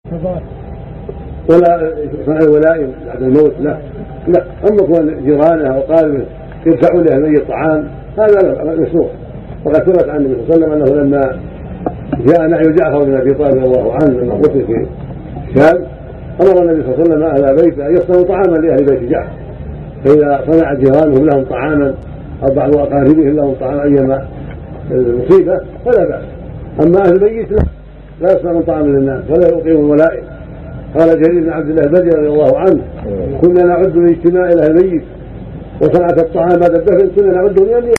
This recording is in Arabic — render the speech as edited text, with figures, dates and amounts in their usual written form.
ولا صنع الولائم بعد الموت لا. أما كون جيرانه أو قاربه يدفعوا له الميت طعام هذا مشروع. وقد ثبت عن النبي صلى الله عليه وسلم أنه لما جاء نحي جعفر بن أبي طالب رضي الله عنه لما قتل في الشام أمر النبي صلى الله عليه وسلم أهل بيته أن يصنعوا طعاما لأهل بيت جعفر، فإذا صنع جيرانهم لهم طعاما أو بعض أقاربهم لهم طعاما أيما المصيبة فلا بأس. أما أهل البيت لا يصنعون طعاما للناس ولا يقيمون الولائم. قال جرير بن عبد الله البجلي رضي الله عنه: كنا نعد الاجتماع إلى الميت وصنعة الطعام بعد الدفن كنا نعده من